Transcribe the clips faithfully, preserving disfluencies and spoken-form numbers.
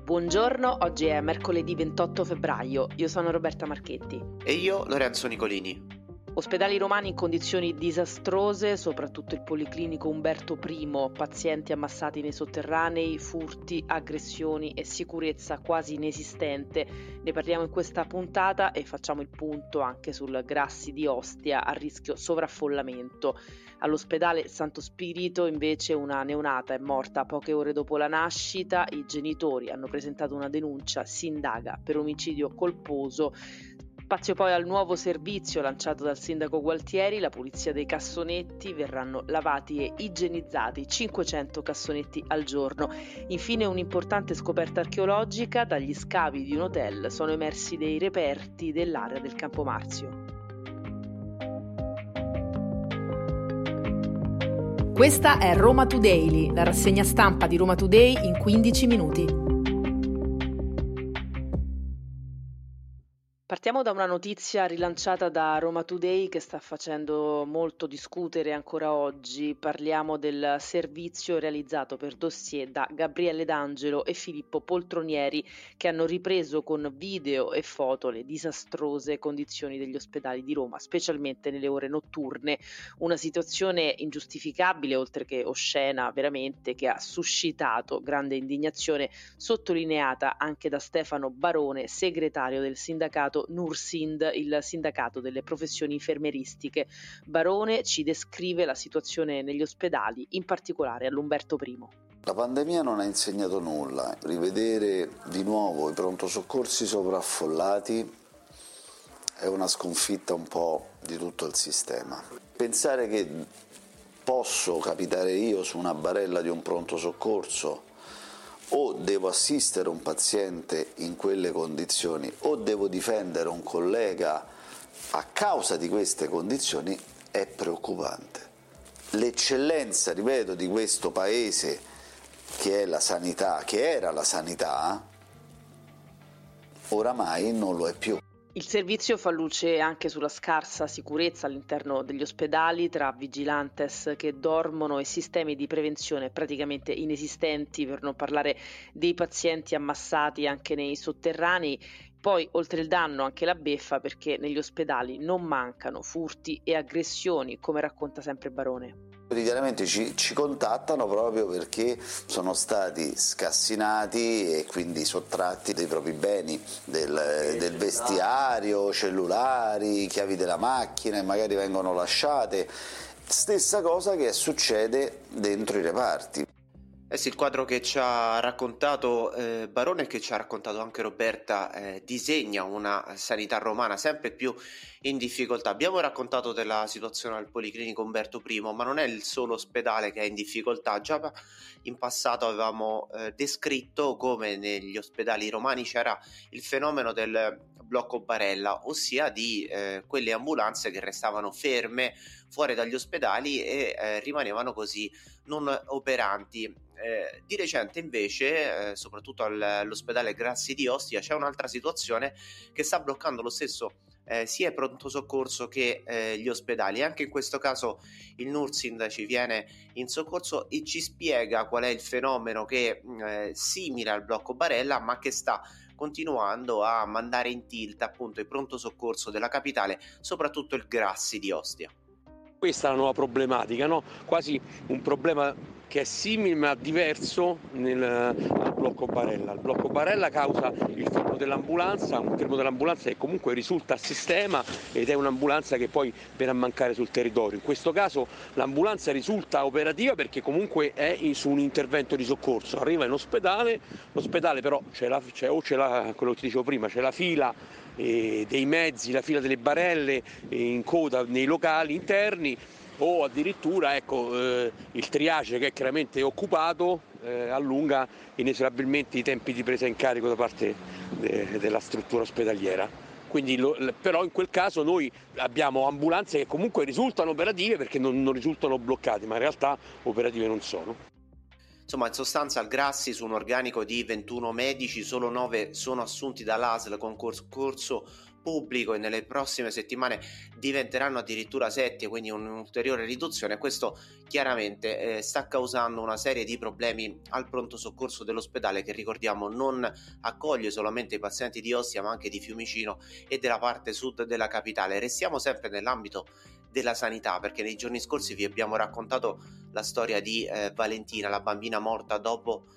Buongiorno, oggi è mercoledì ventotto febbraio, io sono Roberta Marchetti. E io Lorenzo Nicolini. Ospedali romani in condizioni disastrose, soprattutto il Policlinico Umberto I, pazienti ammassati nei sotterranei, furti, aggressioni e sicurezza quasi inesistente. Ne parliamo in questa puntata e facciamo il punto anche sul Grassi di Ostia a rischio sovraffollamento. All'ospedale Santo Spirito invece una neonata è morta poche ore dopo la nascita, i genitori hanno presentato una denuncia, si indaga per omicidio colposo. Spazio poi al nuovo servizio lanciato dal sindaco Gualtieri, la pulizia dei cassonetti, verranno lavati e igienizzati cinquecento cassonetti al giorno. Infine un'importante scoperta archeologica, dagli scavi di un hotel sono emersi dei reperti dell'area del Campo Marzio. Questa è Roma Today, la rassegna stampa di Roma Today in quindici minuti. Partiamo da una notizia rilanciata da Roma Today che sta facendo molto discutere ancora oggi. Parliamo del servizio realizzato per dossier da Gabriele D'Angelo e Filippo Poltronieri, che hanno ripreso con video e foto le disastrose condizioni degli ospedali di Roma, specialmente nelle ore notturne. Una situazione ingiustificabile, oltre che oscena veramente, che ha suscitato grande indignazione, sottolineata anche da Stefano Barone, segretario del sindacato Nursind, il sindacato delle professioni infermieristiche. Barone ci descrive la situazione negli ospedali, in particolare all'Umberto I. La pandemia non ha insegnato nulla. Rivedere di nuovo i pronto soccorsi sovraffollati è una sconfitta un po' di tutto il sistema. Pensare che posso capitare io su una barella di un pronto soccorso, o devo assistere un paziente in quelle condizioni o devo difendere un collega a causa di queste condizioni è preoccupante. L'eccellenza, ripeto, di questo paese, che è la sanità, che era la sanità, oramai non lo è più. Il servizio fa luce anche sulla scarsa sicurezza all'interno degli ospedali, tra vigilantes che dormono e sistemi di prevenzione praticamente inesistenti, per non parlare dei pazienti ammassati anche nei sotterranei. Poi, oltre il danno, anche la beffa, perché negli ospedali non mancano furti e aggressioni, come racconta sempre Barone. Quotidianamente ci, ci contattano proprio perché sono stati scassinati e quindi sottratti dei propri beni, del, del vestiario, cellulari, chiavi della macchina, e magari vengono lasciate. Stessa cosa che succede dentro i reparti. Eh sì, il quadro che ci ha raccontato eh, Barone e che ci ha raccontato anche Roberta eh, disegna una sanità romana sempre più in difficoltà. Abbiamo raccontato della situazione al Policlinico Umberto I, ma non è il solo ospedale che è in difficoltà. Già in passato avevamo eh, descritto come negli ospedali romani c'era il fenomeno del blocco barella, ossia di eh, quelle ambulanze che restavano ferme fuori dagli ospedali e eh, rimanevano così non operanti. Eh, di recente invece, eh, soprattutto al, all'ospedale Grassi di Ostia, c'è un'altra situazione che sta bloccando lo stesso eh, sia il pronto soccorso che eh, gli ospedali. Anche in questo caso il Nursind ci viene in soccorso e ci spiega qual è il fenomeno che è eh, simile al blocco barella, ma che sta continuando a mandare in tilt appunto il pronto soccorso della capitale, soprattutto il Grassi di Ostia. Questa è la nuova problematica, no? Quasi un problema che è simile ma diverso nel, al blocco barella. Il blocco barella causa il fermo dell'ambulanza, un fermo dell'ambulanza che comunque risulta a sistema ed è un'ambulanza che poi viene a mancare sul territorio. In questo caso l'ambulanza risulta operativa perché comunque è in, su un intervento di soccorso, arriva in ospedale, l'ospedale però c'è la, c'è, o c'è la, quello che ti dicevo prima, c'è la fila eh, dei mezzi, la fila delle barelle eh, in coda nei locali interni, o addirittura ecco, eh, il triage che è chiaramente occupato eh, allunga inesorabilmente i tempi di presa in carico da parte de- della struttura ospedaliera. Quindi, lo, però in quel caso noi abbiamo ambulanze che comunque risultano operative perché non, non risultano bloccate, ma in realtà operative non sono. Insomma, in sostanza al Grassi, su un organico di ventuno medici, solo nove sono assunti dall'A S L con concorso pubblico e nelle prossime settimane diventeranno addirittura sette, quindi un'ulteriore riduzione. Questo chiaramente eh, sta causando una serie di problemi al pronto soccorso dell'ospedale, che ricordiamo non accoglie solamente i pazienti di Ostia ma anche di Fiumicino e della parte sud della capitale. Restiamo sempre nell'ambito della sanità, perché nei giorni scorsi vi abbiamo raccontato la storia di eh, Valentina, la bambina morta dopo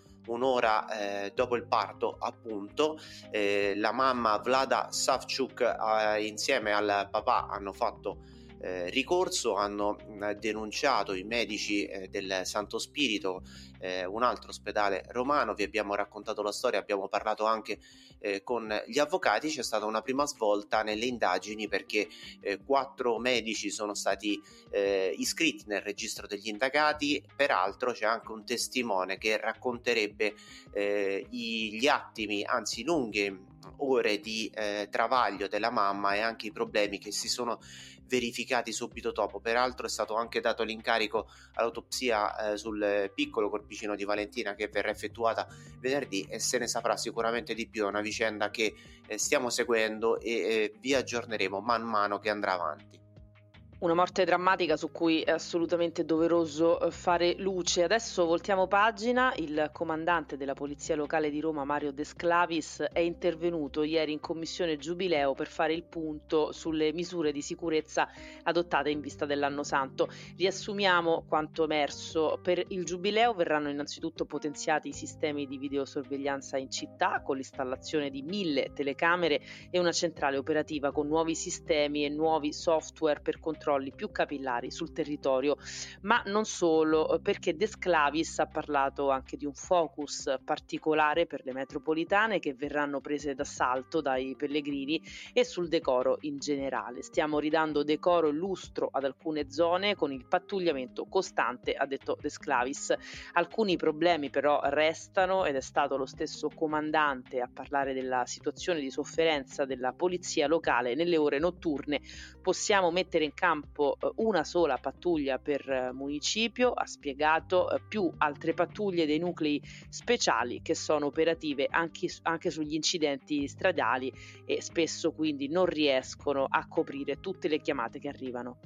un'ora eh, dopo il parto, appunto. Eh, la mamma Vlada Savchuk eh, insieme al papà hanno fatto eh, ricorso, hanno eh, denunciato i medici eh, del Santo Spirito, eh, un altro ospedale romano. Vi abbiamo raccontato la storia, abbiamo parlato anche eh, con gli avvocati. C'è stata una prima svolta nelle indagini, perché eh, quattro medici sono stati eh, iscritti nel registro degli indagati. Peraltro c'è anche un testimone che racconterebbe eh, gli attimi, anzi lunghe ore di eh, travaglio della mamma e anche i problemi che si sono verificati subito dopo. Peraltro è stato anche dato l'incarico all'autopsia eh, sul piccolo corpicino di Valentina, che verrà effettuata venerdì, e se ne saprà sicuramente di più. È una vicenda che eh, stiamo seguendo e eh, vi aggiorneremo man mano che andrà avanti. Una morte drammatica su cui è assolutamente doveroso fare luce. Adesso voltiamo pagina. Il comandante della Polizia Locale di Roma, Mario De Sclavis, è intervenuto ieri in Commissione Giubileo per fare il punto sulle misure di sicurezza adottate in vista dell'Anno Santo. Riassumiamo quanto emerso. Per il Giubileo verranno innanzitutto potenziati i sistemi di videosorveglianza in città, con l'installazione di mille telecamere e una centrale operativa con nuovi sistemi e nuovi software per controllare più capillari sul territorio. Ma non solo, perché De Sclavis ha parlato anche di un focus particolare per le metropolitane, che verranno prese d'assalto dai pellegrini, e sul decoro in generale. Stiamo ridando decoro e lustro ad alcune zone con il pattugliamento costante, ha detto De Sclavis. Alcuni problemi però restano, ed è stato lo stesso comandante a parlare della situazione di sofferenza della polizia locale nelle ore notturne. Possiamo mettere in campo una sola pattuglia per municipio, ha spiegato, più altre pattuglie dei nuclei speciali che sono operative anche, anche sugli incidenti stradali, e spesso quindi non riescono a coprire tutte le chiamate che arrivano.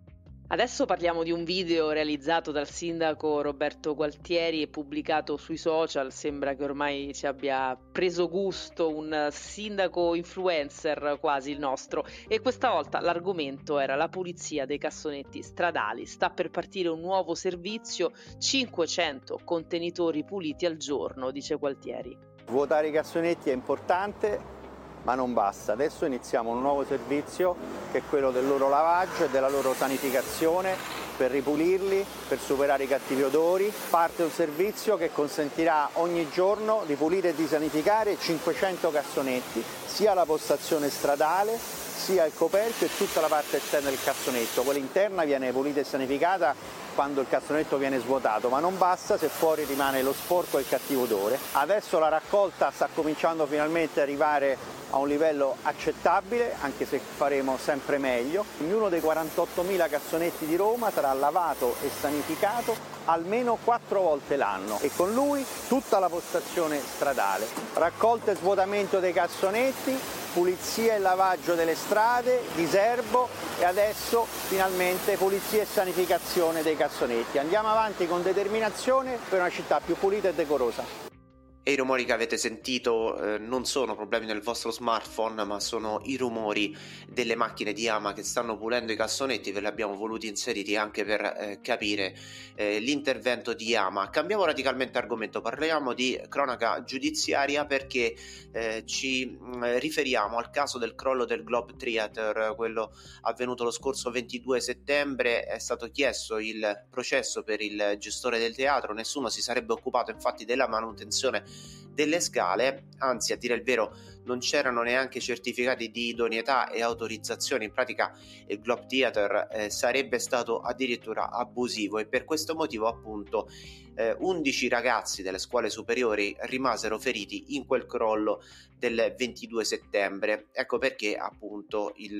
Adesso parliamo di un video realizzato dal sindaco Roberto Gualtieri e pubblicato sui social. Sembra che ormai ci abbia preso gusto, un sindaco influencer quasi il nostro, e questa volta l'argomento era la pulizia dei cassonetti stradali. Sta per partire un nuovo servizio, cinquecento contenitori puliti al giorno, dice Gualtieri. Vuotare i cassonetti è importante, ma non basta. Adesso iniziamo un nuovo servizio, che è quello del loro lavaggio e della loro sanificazione, per ripulirli, per superare i cattivi odori. Parte un servizio che consentirà ogni giorno di pulire e di sanificare cinquecento cassonetti, sia la postazione stradale, sia il coperchio e tutta la parte esterna del cassonetto. Quella interna viene pulita e sanificata quando il cassonetto viene svuotato, ma non basta se fuori rimane lo sporco e il cattivo odore. Adesso la raccolta sta cominciando finalmente ad arrivare a un livello accettabile, anche se faremo sempre meglio. Ognuno dei quarantottomila cassonetti di Roma sarà lavato e sanificato almeno quattro volte l'anno, e con lui tutta la postazione stradale. Raccolta e svuotamento dei cassonetti, pulizia e lavaggio delle strade, diserbo, e adesso finalmente pulizia e sanificazione dei cassonetti. Andiamo avanti con determinazione per una città più pulita e decorosa. E i rumori che avete sentito eh, non sono problemi del vostro smartphone, ma sono i rumori delle macchine di Ama che stanno pulendo i cassonetti. Ve li abbiamo voluti inseriti anche per eh, capire eh, l'intervento di Ama. Cambiamo radicalmente argomento, parliamo di cronaca giudiziaria, perché eh, ci mh, riferiamo al caso del crollo del Globe Theatre, quello avvenuto lo scorso ventidue settembre. È stato chiesto il processo per il gestore del teatro, nessuno si sarebbe occupato infatti della manutenzione delle scale, anzi, a dire il vero non c'erano neanche certificati di idoneità e autorizzazioni. In pratica il Globe Theatre eh, sarebbe stato addirittura abusivo, e per questo motivo appunto eh, undici ragazzi delle scuole superiori rimasero feriti in quel crollo del ventidue settembre. Ecco perché appunto il,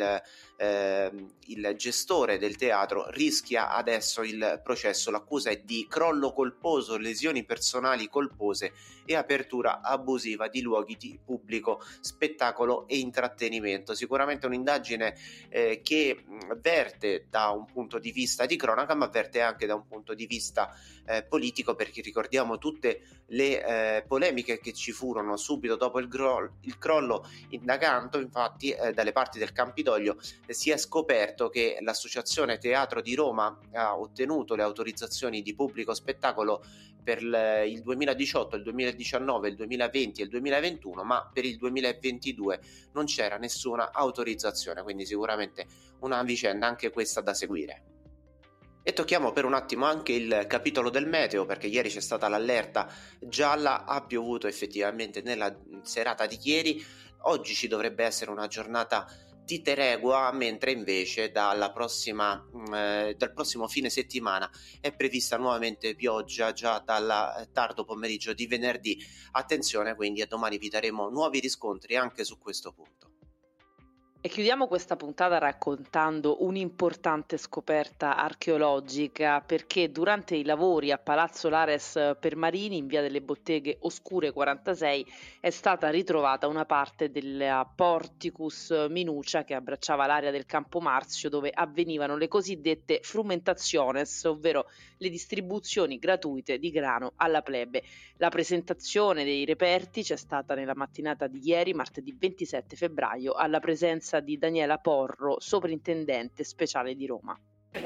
eh, il gestore del teatro rischia adesso il processo. L'accusa è di crollo colposo, lesioni personali colpose e apertura apertura abusiva di luoghi di pubblico spettacolo e intrattenimento. Sicuramente un'indagine eh, che verte da un punto di vista di cronaca, ma verte anche da un punto di vista eh, politico, perché ricordiamo tutte le eh, polemiche che ci furono subito dopo il, gro- il crollo in Taranto. Infatti eh, dalle parti del Campidoglio eh, si è scoperto che l'Associazione Teatro di Roma ha ottenuto le autorizzazioni di pubblico spettacolo per il duemiladiciotto, il duemiladiciannove, il duemilaventi e il duemilaventuno, ma per il duemilaventidue non c'era nessuna autorizzazione, quindi sicuramente una vicenda anche questa da seguire. E tocchiamo per un attimo anche il capitolo del meteo, perché ieri c'è stata l'allerta gialla, ha piovuto effettivamente nella serata di ieri. Oggi ci dovrebbe essere una giornata di tregua, mentre invece dalla prossima, eh, dal prossimo fine settimana è prevista nuovamente pioggia già dal tardo pomeriggio di venerdì. Attenzione, quindi a domani vi daremo nuovi riscontri anche su questo punto. E chiudiamo questa puntata raccontando un'importante scoperta archeologica, perché durante i lavori a Palazzo Lares Permarini in via delle Botteghe Oscure quarantasei è stata ritrovata una parte della Porticus Minucia che abbracciava l'area del Campo Marzio, dove avvenivano le cosiddette frumentationes, ovvero le distribuzioni gratuite di grano alla plebe. La presentazione dei reperti c'è stata nella mattinata di ieri, martedì ventisette febbraio, alla presenza di Daniela Porro, sovrintendente speciale di Roma.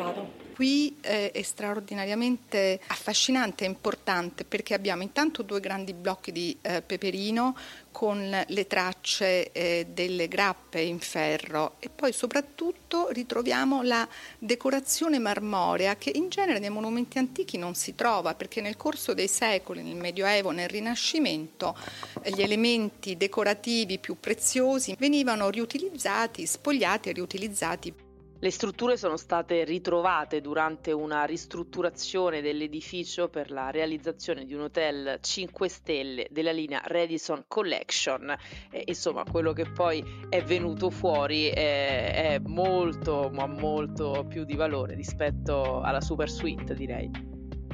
Qui eh, è straordinariamente affascinante e importante perché abbiamo intanto due grandi blocchi di eh, peperino con le tracce eh, delle grappe in ferro e poi soprattutto ritroviamo la decorazione marmorea che in genere nei monumenti antichi non si trova, perché nel corso dei secoli, nel Medioevo, nel Rinascimento, gli elementi decorativi più preziosi venivano riutilizzati, spogliati e riutilizzati. Le strutture sono state ritrovate durante una ristrutturazione dell'edificio per la realizzazione di un hotel cinque stelle della linea Radisson Collection. E, insomma, quello che poi è venuto fuori è, è molto, ma molto più di valore rispetto alla super suite, direi.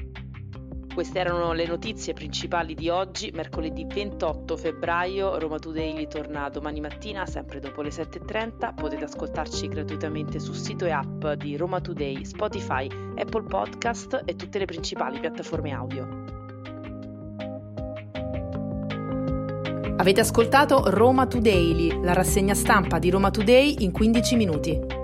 Queste erano le notizie principali di oggi, mercoledì ventotto febbraio. Roma Today torna domani mattina, sempre dopo le sette e trenta. Potete ascoltarci gratuitamente sul sito e app di Roma Today, Spotify, Apple Podcast e tutte le principali piattaforme audio. Avete ascoltato Roma Today, la rassegna stampa di Roma Today in quindici minuti.